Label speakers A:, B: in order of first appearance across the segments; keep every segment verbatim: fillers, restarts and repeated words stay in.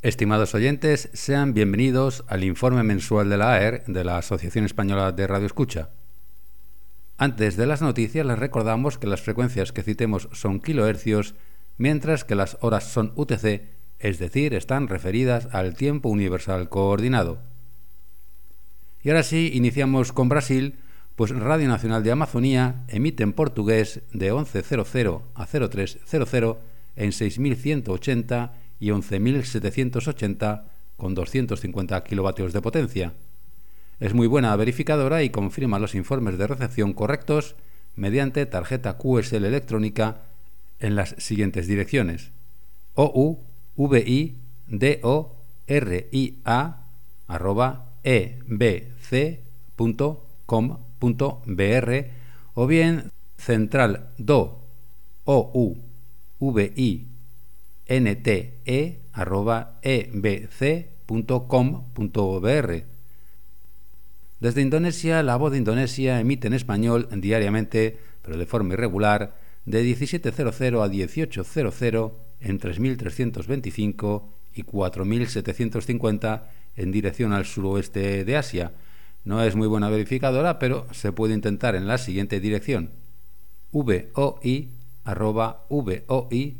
A: Estimados oyentes, sean bienvenidos al informe mensual de la A E R, de la Asociación Española de Radio Escucha. Antes de las noticias, les recordamos que las frecuencias que citemos son kilohercios, mientras que las horas son U T C, es decir, están referidas al tiempo universal coordinado. Y ahora sí, iniciamos con Brasil, pues Radio Nacional de Amazonía emite en portugués de once cero a cero tres cero cero en seis mil ciento ochenta y once mil setecientos ochenta con doscientos cincuenta kilovatios de potencia. Es muy buena verificadora y confirma los informes de recepción correctos mediante tarjeta Q S L electrónica en las siguientes direcciones: o u v i d o r i a arroba e b c punto com punto b r o bien central do o u v i n t e arroba e b c punto com punto b r. Desde Indonesia, La Voz de Indonesia emite en español diariamente, pero de forma irregular, de diecisiete cero a dieciocho cero cero en tres mil trescientos veinticinco y cuatro mil setecientos cincuenta en dirección al suroeste de Asia. No es muy buena verificadora, pero se puede intentar en la siguiente dirección: voi arroba voi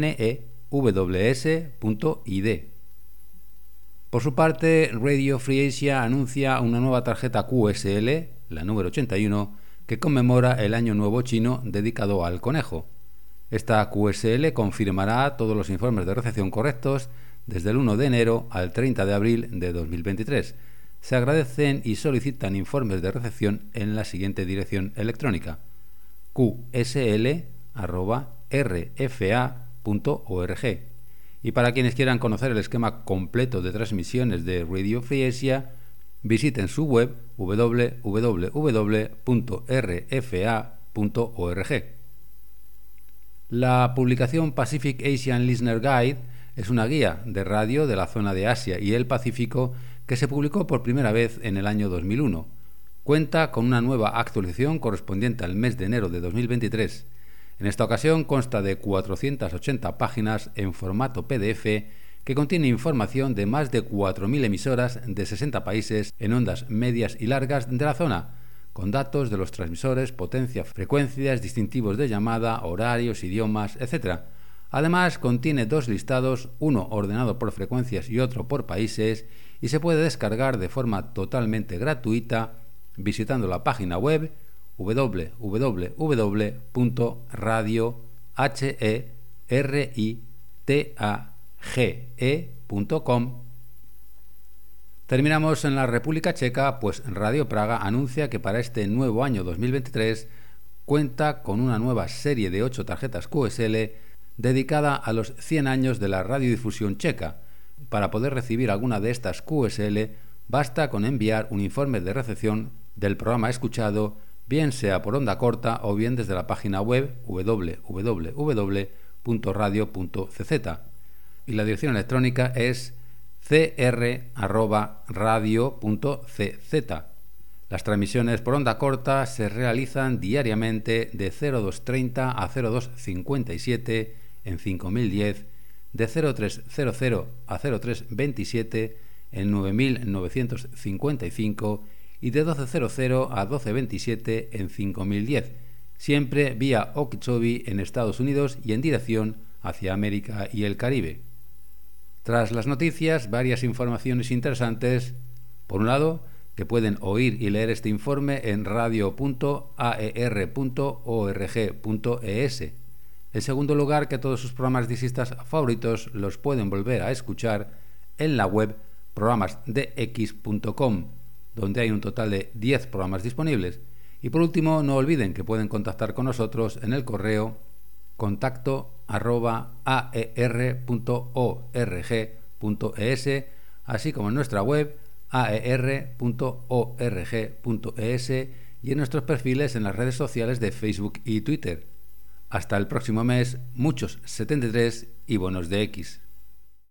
A: news punto i d. Por su parte, Radio Free Asia anuncia una nueva tarjeta Q S L, la número ochenta y uno, que conmemora el Año Nuevo Chino dedicado al conejo. Esta Q S L confirmará todos los informes de recepción correctos desde el uno de enero al treinta de abril de dos mil veintitrés. Se agradecen y solicitan informes de recepción en la siguiente dirección electrónica: q s l arroba r f a punto org. Y para quienes quieran conocer el esquema completo de transmisiones de Radio Free Asia, visiten su web w w w punto r f a punto org. La publicación Pacific Asian Listener Guide es una guía de radio de la zona de Asia y el Pacífico que se publicó por primera vez en el año dos mil uno. Cuenta con una nueva actualización correspondiente al mes de enero de dos mil veintitrés. En esta ocasión consta de cuatrocientas ochenta páginas en formato P D F que contiene información de más de cuatro mil emisoras de sesenta países en ondas medias y largas de la zona, con datos de los transmisores, potencia, frecuencias, distintivos de llamada, horarios, idiomas, etcétera. Además, contiene dos listados, uno ordenado por frecuencias y otro por países, y se puede descargar de forma totalmente gratuita visitando la página web w w w punto radio punto com. Terminamos en la República Checa, pues Radio Praga anuncia que para este nuevo año dos mil veintitrés cuenta con una nueva serie de ocho tarjetas Q S L dedicada a los cien años de la radiodifusión checa. Para poder recibir alguna de estas Q S L basta con enviar un informe de recepción del programa escuchado, bien sea por onda corta o bien desde la página web w w w punto radio punto c z, y la dirección electrónica es c r arroba radio punto c z. Las transmisiones por onda corta se realizan diariamente de cero dos treinta a cero dos cincuenta y siete en cinco mil diez, de cero tres cero cero a cero tres veintisiete en nueve mil novecientos cincuenta y cinco y de doce cero cero a doce veintisiete en cinco mil diez, siempre vía Okeechobee en Estados Unidos y en dirección hacia América y el Caribe. Tras las noticias, varias informaciones interesantes. Por un lado, que pueden oír y leer este informe en radio punto a e r punto org punto e s. En segundo lugar, que todos sus programas diexistas favoritos los pueden volver a escuchar en la web programas d x punto com, donde hay un total de diez programas disponibles. Y por último, no olviden que pueden contactar con nosotros en el correo contacto arroba a e r punto org punto e s, así como en nuestra web a e r punto org punto e s y en nuestros perfiles en las redes sociales de Facebook y Twitter. Hasta el próximo mes, muchos setenta y tres y buenos de X.